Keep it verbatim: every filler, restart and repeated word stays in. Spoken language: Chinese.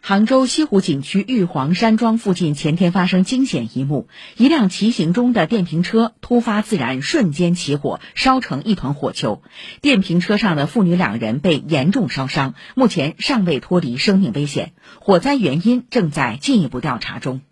杭州西湖景区玉皇山庄附近前天发生惊险一幕，一辆骑行中的电瓶车突发自燃，瞬间起火，烧成一团火球。电瓶车上的父女两人被严重烧伤，目前尚未脱离生命危险。火灾原因正在进一步调查中。